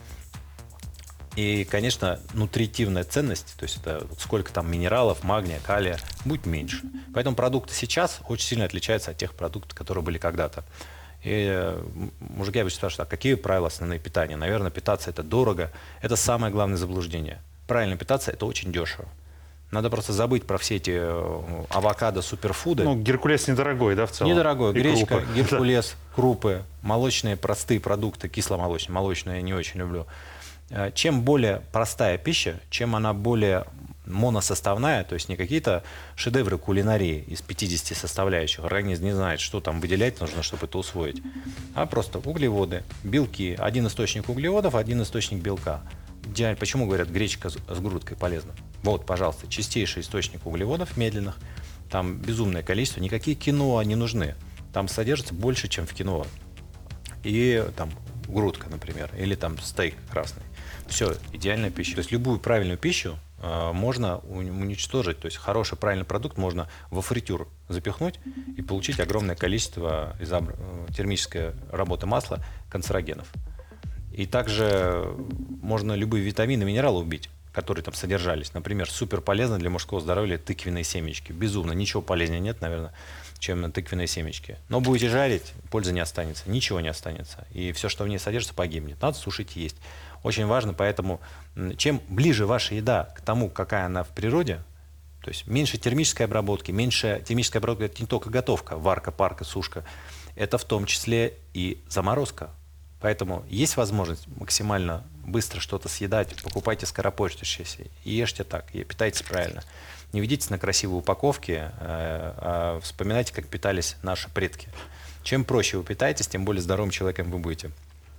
[SPEAKER 2] И, конечно, нутритивная ценность, то есть это вот сколько там минералов, магния, калия, будет меньше. Поэтому продукты сейчас очень сильно отличаются от тех продуктов, которые были когда-то. И э, м- мужики обычно спрашивают, а какие правила основные питания? Наверное, питаться это дорого. Это самое главное заблуждение. Правильно питаться это очень дешево. Надо просто забыть про все эти э, авокадо, суперфуды.
[SPEAKER 1] Ну, Геркулес недорогой, да, в целом?
[SPEAKER 2] Недорогой.
[SPEAKER 1] И
[SPEAKER 2] Гречка,
[SPEAKER 1] крупы.
[SPEAKER 2] геркулес, крупы, молочные простые продукты, кисломолочные. Молочные я не очень люблю. Э, Чем более простая пища, чем она более моносоставная, то есть не какие-то шедевры кулинарии из пятидесяти составляющих, организм не знает, что там выделять нужно, чтобы это усвоить, а просто углеводы, белки, один источник углеводов, один источник белка. Идеально. Почему говорят, гречка с с грудкой полезна? Вот, пожалуйста, чистейший источник углеводов медленных, там безумное количество, никакие киноа не нужны, там содержится больше, чем в киноа. И там грудка, например, или там стейк красный. Все, идеальная пища. То есть любую правильную пищу э, можно у- уничтожить. То есть хороший правильный продукт можно во фритюр запихнуть и получить огромное количество из-за э, термической работы масла канцерогенов. И также можно любые витамины, минералы убить, которые там содержались. Например, супер полезно для мужского здоровья тыквенные семечки. Безумно. Ничего полезнее нет, наверное, чем тыквенные семечки. Но будете жарить, пользы не останется. Ничего не останется. И все, что в ней содержится, погибнет. Надо сушить и есть. Очень важно, поэтому м, чем ближе ваша еда к тому, какая она в природе, то есть меньше термической обработки, меньше термической обработки, это не только готовка, варка, парка, сушка, это в том числе и заморозка. Поэтому есть возможность максимально быстро что-то съедать, покупайте скоропортящееся и ешьте так, и питайтесь правильно. Не ведитесь на красивые упаковки, э, а вспоминайте, как питались наши предки. Чем проще вы питаетесь, тем более здоровым человеком вы будете.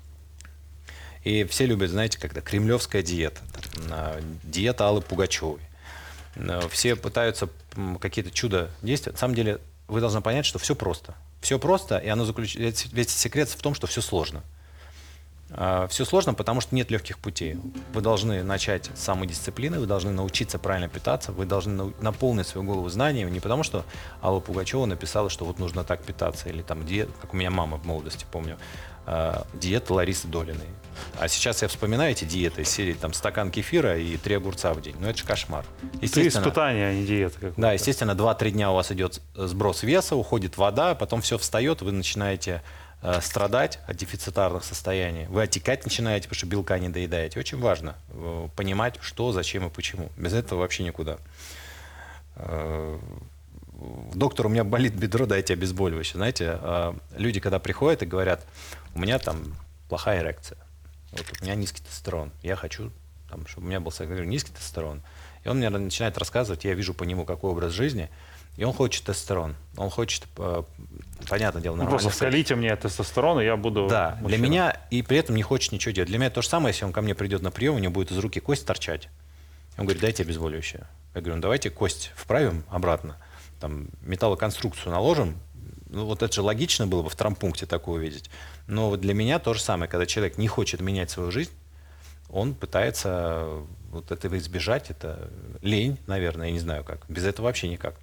[SPEAKER 2] И все любят, знаете, когда кремлевская диета, там, а, диета Аллы Пугачевой. Э, Все пытаются м, какие-то чудо действия. На самом деле вы должны понять, что все просто. Все просто, и оно заключается, весь секрет в том, что все сложно. Все сложно, потому что нет легких путей. Вы должны начать с самодисциплины, вы должны научиться правильно питаться, вы должны нау- наполнить свою голову знаниями, не потому что Алла Пугачева написала, что вот нужно так питаться, или там диет, как у меня мама в молодости, помню, э, диета Ларисы Долиной. А сейчас я вспоминаю эти диеты из серии там стакан кефира и три огурца в день. Ну это же кошмар.
[SPEAKER 1] Это
[SPEAKER 2] Естественно,
[SPEAKER 1] испытание, а не диета. какое-то.
[SPEAKER 2] да, естественно, два-три дня у вас идет сброс веса, уходит вода, потом все встает, вы начинаете э, страдать от дефицитарных состояний. Вы отекать начинаете, потому что белка не доедаете. Очень важно э, понимать, что, зачем и почему. Без этого вообще никуда. Э, доктор, у меня болит бедро, дайте обезболивающее. Знаете, э, люди, когда приходят и говорят, у меня там плохая эрекция, вот у меня низкий тестостерон, я хочу, там, чтобы у меня был, я говорю, низкий тестостерон. И он мне начинает рассказывать, я вижу по нему, какой образ жизни, и он хочет тестостерон. Он хочет, э, понятное дело,
[SPEAKER 1] Ну,
[SPEAKER 2] нормально.
[SPEAKER 1] просто вкалите мне тестостерон, и я буду
[SPEAKER 2] Да, для
[SPEAKER 1] мужчина.
[SPEAKER 2] меня, и при этом не хочет ничего делать. Для меня то же самое, если он ко мне придет на прием, у него будет из руки кость торчать. Он говорит, дайте обезболивающее. Я говорю, ну давайте кость вправим обратно, там металлоконструкцию наложим. Ну вот это же логично было бы в травмпункте такое увидеть. Но вот для меня то же самое, когда человек не хочет менять свою жизнь, он пытается вот этого избежать. Это лень, наверное, я не знаю как. Без этого вообще никак.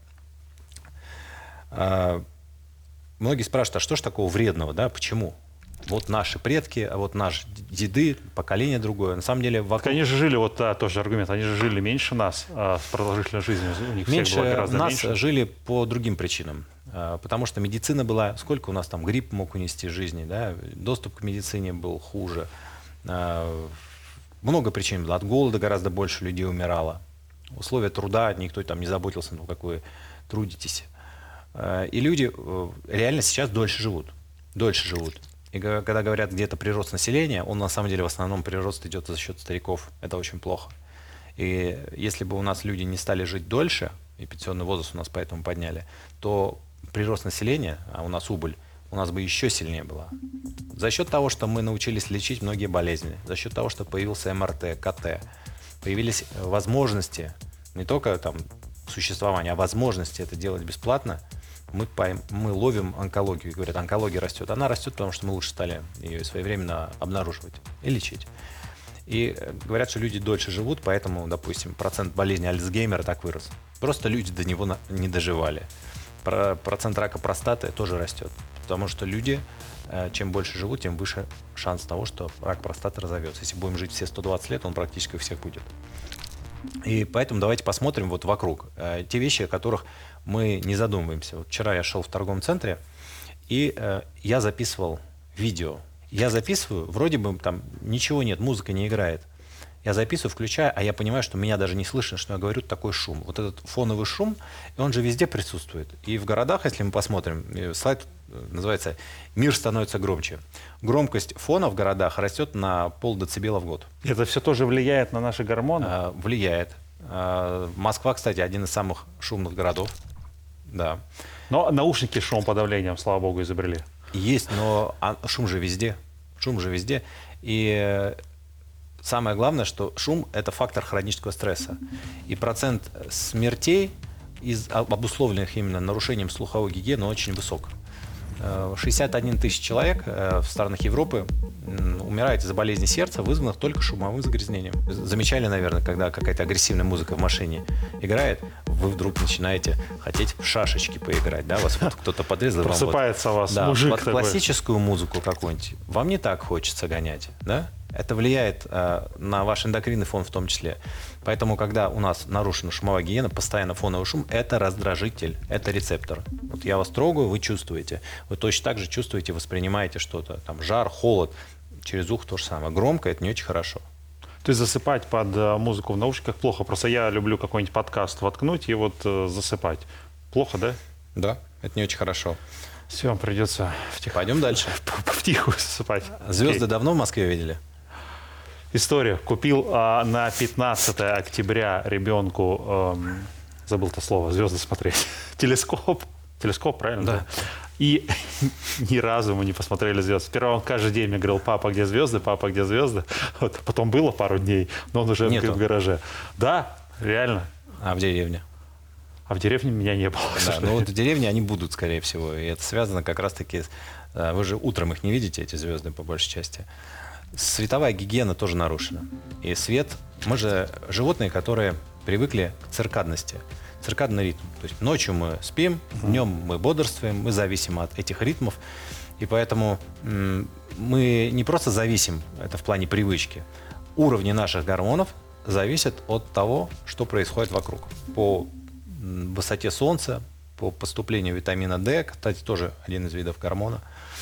[SPEAKER 2] А, многие спрашивают, а что ж такого вредного, да, почему? Вот наши предки, а вот наши деды, поколение другое. На самом деле вокруг...
[SPEAKER 1] Так они же жили, вот да, тоже аргумент, они же жили меньше нас, а с продолжительной жизнью у них всех
[SPEAKER 2] Меньше
[SPEAKER 1] было гораздо
[SPEAKER 2] нас
[SPEAKER 1] меньше.
[SPEAKER 2] жили по другим причинам. А, Потому что медицина была... Сколько у нас там грипп мог унести жизни, да? Доступ к медицине был хуже. А, Много причин было. От голода гораздо больше людей умирало. Условия труда, никто там не заботился, ну как вы трудитесь. А, И люди э, реально сейчас дольше живут. Дольше живут. И га- когда говорят где-то прирост населения, он на самом деле в основном прирост идет за счет стариков. Это очень плохо. И если бы у нас люди не стали жить дольше, и пенсионный возраст у нас поэтому подняли, то прирост населения, а у нас убыль, у нас бы еще сильнее была. За счет того, что мы научились лечить многие болезни, за счет того, что появился эм эр тэ, ка тэ, появились возможности, не только там существования, а возможности это делать бесплатно, мы, пойм, мы ловим онкологию. И говорят, онкология растет. Она растет, потому что мы лучше стали ее своевременно обнаруживать и лечить. И говорят, что люди дольше живут, поэтому, допустим, процент болезни Альцгеймера так вырос. Просто люди до него не доживали. Процент рака простаты тоже растет, потому что люди, чем больше живут, тем выше шанс того, что рак простаты разовьется. Если будем жить все сто двадцать лет, он практически у всех будет. И поэтому давайте посмотрим вот вокруг. Те вещи, о которых мы не задумываемся. Вот вчера я шел в торговом центре, и я записывал видео. Я записываю, вроде бы там ничего нет, музыка не играет. Я записываю, включаю, а я понимаю, что меня даже не слышно, что я говорю, такой шум. Вот этот фоновый шум, и он же везде присутствует. И в городах, если мы посмотрим, слайд называется «Мир становится громче». Громкость фона в городах растет на полдецибела в год.
[SPEAKER 1] Это все тоже влияет на наши гормоны?
[SPEAKER 2] А, влияет. А, Москва, кстати, один из самых шумных городов. Да.
[SPEAKER 1] Но наушники с шумоподавлением, слава богу, изобрели.
[SPEAKER 2] Есть, но шум же везде. Шум же везде. И самое главное, что шум – это фактор хронического стресса. И процент смертей, из, обусловленных именно нарушением слуховой гигиены, очень высок. шестьдесят одна тысяча человек в странах Европы умирает из-за болезни сердца, вызванных только шумовым загрязнением. Замечали, наверное, когда какая-то агрессивная музыка в машине играет, вы вдруг начинаете хотеть в шашечки поиграть, да, вас вот кто-то подрезал.
[SPEAKER 1] Просыпается
[SPEAKER 2] вот,
[SPEAKER 1] вас
[SPEAKER 2] да,
[SPEAKER 1] мужик
[SPEAKER 2] вот
[SPEAKER 1] такой.
[SPEAKER 2] Классическую музыку какую-нибудь вам не так хочется гонять, да? Это влияет э, на ваш эндокринный фон в том числе. Поэтому, когда у нас нарушена шумовая гигиена, постоянно фоновый шум – это раздражитель, это рецептор. Вот я вас трогаю, вы чувствуете. Вы точно так же чувствуете, воспринимаете что-то. Там жар, холод. Через ухо то же самое. Громко – это не очень хорошо.
[SPEAKER 1] То есть засыпать под музыку в наушниках плохо. Просто я люблю какой-нибудь подкаст воткнуть и вот э, засыпать. Плохо, да?
[SPEAKER 2] Да, это не очень хорошо.
[SPEAKER 1] Все, придется втиху.
[SPEAKER 2] Пойдем дальше.
[SPEAKER 1] Втиху засыпать.
[SPEAKER 2] Звезды давно в Москве видели?
[SPEAKER 1] История. Купил а, на пятнадцатое октября ребенку, эм, забыл это слово, звезды смотреть, телескоп. Телескоп, правильно?
[SPEAKER 2] Да.
[SPEAKER 1] И ни разу мы не посмотрели звезды. Сперва он каждый день мне говорил: папа, где звезды, папа, где звезды. Вот. Потом было пару дней, но он уже
[SPEAKER 2] Нету.
[SPEAKER 1] в гараже. Да, реально.
[SPEAKER 2] А в деревне?
[SPEAKER 1] А в деревне меня не было.
[SPEAKER 2] Да, но вот в деревне они будут, скорее всего. И это связано как раз-таки... Вы же утром их не видите, эти звезды, по большей части. Световая гигиена тоже нарушена. И свет... Мы же животные, которые привыкли к циркадности. Циркадный ритм. То есть ночью мы спим, днем мы бодрствуем, мы зависим от этих ритмов. И поэтому м- мы не просто зависим, это в плане привычки. Уровни наших гормонов зависят от того, что происходит вокруг. По высоте солнца, по поступлению витамина D, кстати, тоже один из видов гормона,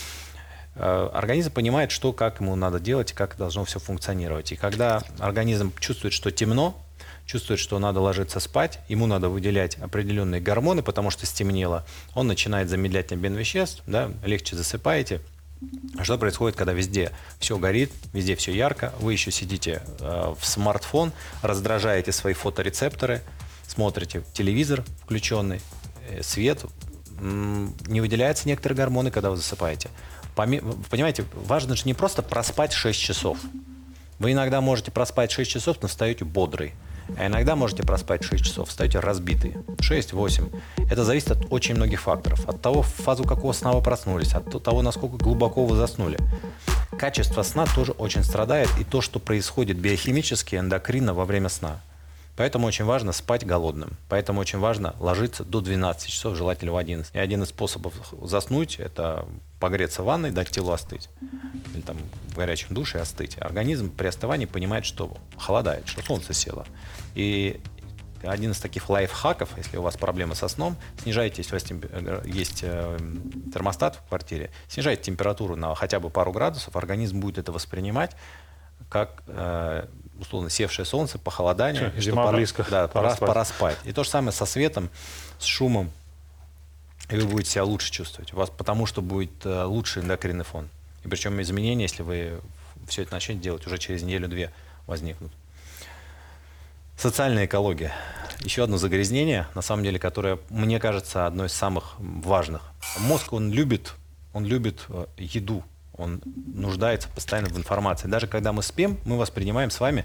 [SPEAKER 2] организм понимает, что, как ему надо делать, как должно все функционировать. И когда организм чувствует, что темно, чувствует, что надо ложиться спать, ему надо выделять определенные гормоны, потому что стемнело, он начинает замедлять обмен веществ, да, легче засыпаете. Что происходит, когда везде все горит, везде все ярко, вы еще сидите э, в смартфон, раздражаете свои фоторецепторы, смотрите телевизор включенный, э, свет, м- не выделяются некоторые гормоны, когда вы засыпаете. Поми- Понимаете, важно же не просто проспать шесть часов. Вы иногда можете проспать шесть часов, но встаете бодрый. А иногда можете проспать шесть часов, встаете разбитый. шесть-восемь. Это зависит от очень многих факторов. От того, в фазу какого сна вы проснулись, от того, насколько глубоко вы заснули. Качество сна тоже очень страдает, и то, что происходит биохимически, эндокринно во время сна. Поэтому очень важно спать голодным. Поэтому очень важно ложиться до двенадцати часов, желательно в одиннадцать. И один из способов заснуть – это погреться в ванной, дать телу остыть. Или там в горячем душе остыть. Организм при остывании понимает, что холодает, что солнце село. И один из таких лайфхаков, если у вас проблемы со сном, снижайте, если у вас темп... есть термостат в квартире, снижайте температуру на хотя бы пару градусов, организм будет это воспринимать как э, условно севшее солнце, похолодание.
[SPEAKER 1] Че, зима
[SPEAKER 2] пора,
[SPEAKER 1] близко.
[SPEAKER 2] Да, пора,
[SPEAKER 1] Пора спать.
[SPEAKER 2] пора спать. И то же самое со светом, с шумом. И вы будете себя лучше чувствовать. У вас потому что будет э, лучший эндокринный фон. И причем изменения, если вы все это начнете делать, уже через неделю-две возникнут. Социальная экология. Еще одно загрязнение, на самом деле, которое, мне кажется, одно из самых важных. Мозг, он любит, он любит э, еду. Он нуждается постоянно в информации. Даже когда мы спим, мы воспринимаем с вами,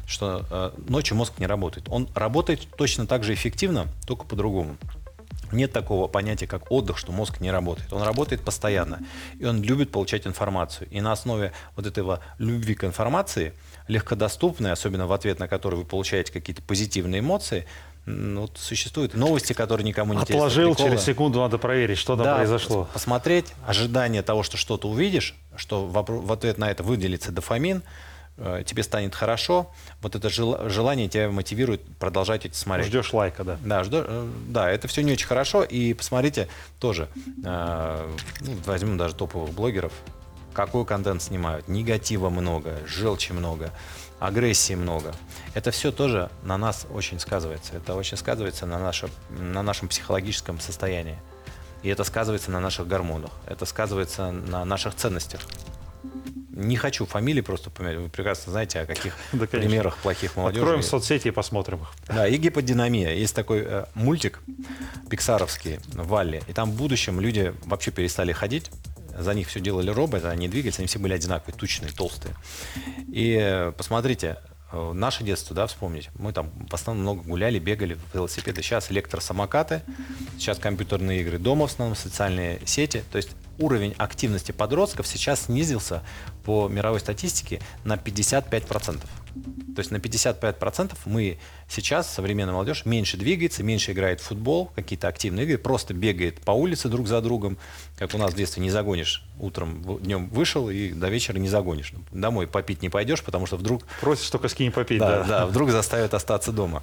[SPEAKER 2] что э, ночью мозг не работает. Он работает точно так же эффективно, только по-другому. Нет такого понятия, как отдых, что мозг не работает. Он работает постоянно, и он любит получать информацию. И на основе вот этого любви к информации, легкодоступной, особенно в ответ на которую вы получаете какие-то позитивные эмоции, ну, вот существуют новости, которые никому не интересны.
[SPEAKER 1] Отложил,
[SPEAKER 2] приколы.
[SPEAKER 1] через секунду надо проверить, что там
[SPEAKER 2] Да,
[SPEAKER 1] произошло.
[SPEAKER 2] Посмотреть, ожидание того, что что-то увидишь, что в, в ответ на это выделится дофамин, э, тебе станет хорошо. Вот это жел, желание тебя мотивирует продолжать эти смотреть.
[SPEAKER 1] Ждешь лайка, да.
[SPEAKER 2] Да, жду, э, да, это все не очень хорошо. И посмотрите тоже, э, ну, возьмем даже топовых блогеров, какой контент снимают. Негатива много, желчи много, агрессии много. Это все тоже на нас очень сказывается. Это очень сказывается на, наше, на нашем психологическом состоянии. И это сказывается на наших гормонах. Это сказывается на наших ценностях. Не хочу фамилии просто упоминать. Вы прекрасно знаете, о каких
[SPEAKER 1] Да,
[SPEAKER 2] примерах плохих молодежи.
[SPEAKER 1] Откроем соцсети и посмотрим их.
[SPEAKER 2] Да, и гиподинамия. Есть такой э, мультик пиксаровский, Валли. И там в будущем люди вообще перестали ходить. За них все делали роботы, они двигались, они все были одинаковые, тучные, толстые. И э, посмотрите, э, наше детство, да, вспомнить. Мы там в основном много гуляли, бегали, велосипеды. Сейчас электросамокаты, сейчас компьютерные игры дома, в основном социальные сети. То есть уровень активности подростков сейчас снизился по мировой статистике на пятьдесят пять процентов. То есть на пятьдесят пять процентов мы сейчас, современная молодежь, меньше двигается, меньше играет в футбол, какие-то активные игры, просто бегает по улице друг за другом, как у нас в детстве не загонишь. Утром, днем вышел и до вечера не загонишь. Домой попить не пойдешь, потому что вдруг...
[SPEAKER 1] Просишь только скинь попить,
[SPEAKER 2] да,
[SPEAKER 1] да.
[SPEAKER 2] да, вдруг заставят остаться дома.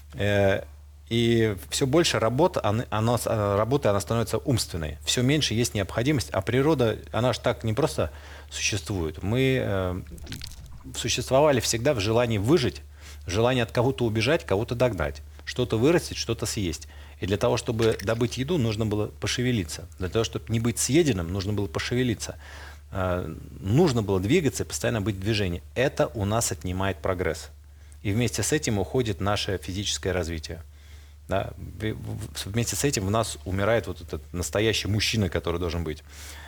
[SPEAKER 2] И все больше работы, она, работы, она становится умственной. Все меньше есть необходимость, а природа, она же так не просто существует. Мы э, существовали всегда в желании выжить, в желании от кого-то убежать, кого-то догнать, что-то вырастить, что-то съесть. И для того, чтобы добыть еду, нужно было пошевелиться. Для того, чтобы не быть съеденным, нужно было пошевелиться. Э, нужно было двигаться и постоянно быть в движении. Это у нас отнимает прогресс. И вместе с этим уходит наше физическое развитие. Да, вместе с этим в нас умирает вот этот настоящий мужчина, который должен быть.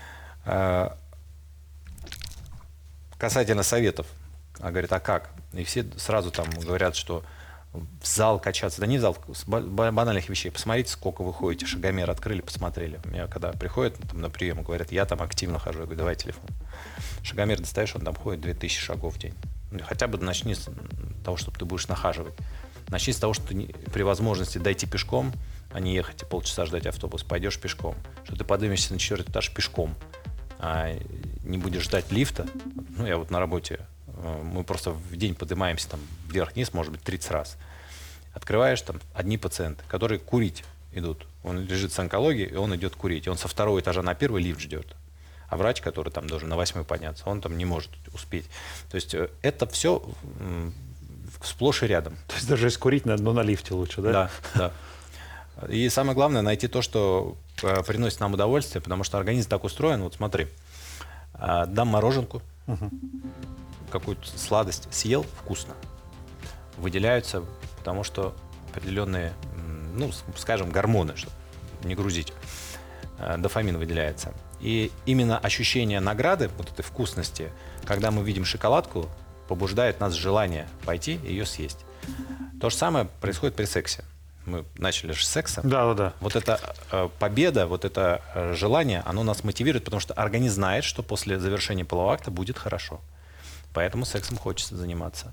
[SPEAKER 2] Касательно советов, говорят, а как? И все сразу там говорят, что в зал качаться. Да не в зал, с банальных вещей. Посмотрите, сколько вы ходите. Шагомер открыли, посмотрели. Меня когда приходят там, на прием, говорят, я там активно хожу. Я говорю, давай телефон. Шагомер достаешь, он там ходит две тысячи шагов в день. Хотя бы начни с того, чтобы ты будешь нахаживать. Начни с того, что ты не, при возможности дойти пешком, а не ехать и полчаса ждать автобус. Пойдешь пешком. Что ты поднимешься на четвертый этаж пешком, а не будешь ждать лифта. Ну, я вот на работе, мы просто в день поднимаемся там вверх-вниз, может быть, тридцать раз. Открываешь, там одни пациенты, которые курить идут. Он лежит с онкологией, и он идет курить. И он со второго этажа на первый лифт ждет. А врач, который там должен на восьмой подняться, он там не может успеть. То есть это все сплошь и рядом.
[SPEAKER 1] То есть даже если курить, но на лифте лучше, да?
[SPEAKER 2] Да, да. И самое главное, найти то, что приносит нам удовольствие, потому что организм так устроен. Вот смотри, дам мороженку, угу. какую-то сладость съел, вкусно. Выделяются, потому что определенные, ну, скажем, гормоны, чтобы не грузить. Дофамин выделяется. И именно ощущение награды, вот этой вкусности, когда мы видим шоколадку, побуждает нас желание пойти и ее съесть. То же самое происходит при сексе. Мы начали же с секса.
[SPEAKER 1] Да, да, да.
[SPEAKER 2] Вот эта э, победа, вот это э, желание, оно нас мотивирует, потому что организм знает, что после завершения полового акта будет хорошо. Поэтому сексом хочется заниматься.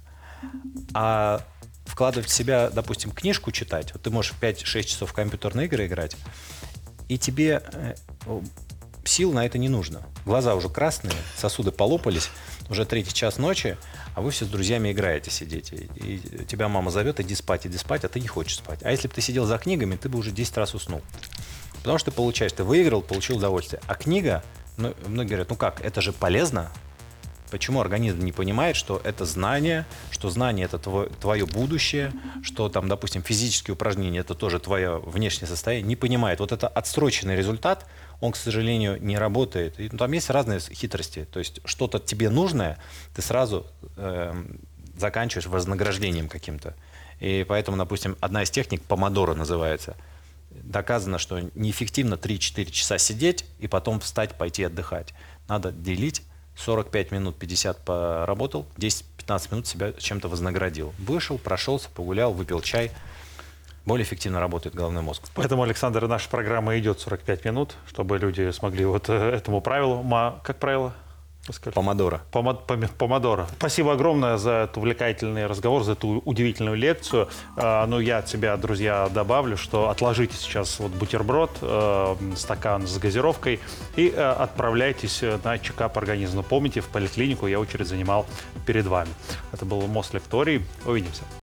[SPEAKER 2] А вкладывать в себя, допустим, книжку читать, вот ты можешь пять-шесть часов в компьютерные игры играть, и тебе э, сил на это не нужно. Глаза уже красные, сосуды полопались, уже третий час ночи, а вы все с друзьями играете, сидите. И тебя мама зовет, иди спать, иди спать, а ты не хочешь спать. А если бы ты сидел за книгами, ты бы уже десять раз уснул. Потому что ты получаешь, ты выиграл, получил удовольствие. А книга, ну, многие говорят, ну как, это же полезно. Почему организм не понимает, что это знание, что знание – это твое, твое будущее, что там, допустим, физические упражнения – это тоже твое внешнее состояние, не понимает. Вот это отсроченный результат, он, к сожалению, не работает. И, ну, там есть разные хитрости. То есть что-то тебе нужное, ты сразу э, заканчиваешь вознаграждением каким-то. И поэтому, допустим, одна из техник помодоро называется. Доказано, что неэффективно три-четыре часа сидеть и потом встать, пойти отдыхать. Надо делить сорок пять минут, пятьдесят поработал, десять-пятнадцать минут себя чем-то вознаградил. Вышел, прошелся, погулял, выпил чай. Более эффективно работает головной мозг.
[SPEAKER 1] Поэтому, Александр, наша программа идет сорок пять минут, чтобы люди смогли вот э, этому правилу, ма, как правило? Расскажи.
[SPEAKER 2] Помодоро.
[SPEAKER 1] Помад- поми- Помодоро. Спасибо огромное за этот увлекательный разговор, за эту удивительную лекцию. А, ну, я от себя, друзья, добавлю, что отложите сейчас вот бутерброд, э, стакан с газировкой и э, отправляйтесь на чекап организма. Помните, в поликлинику я очередь занимал перед вами. Это был Мост Лекторий. Увидимся.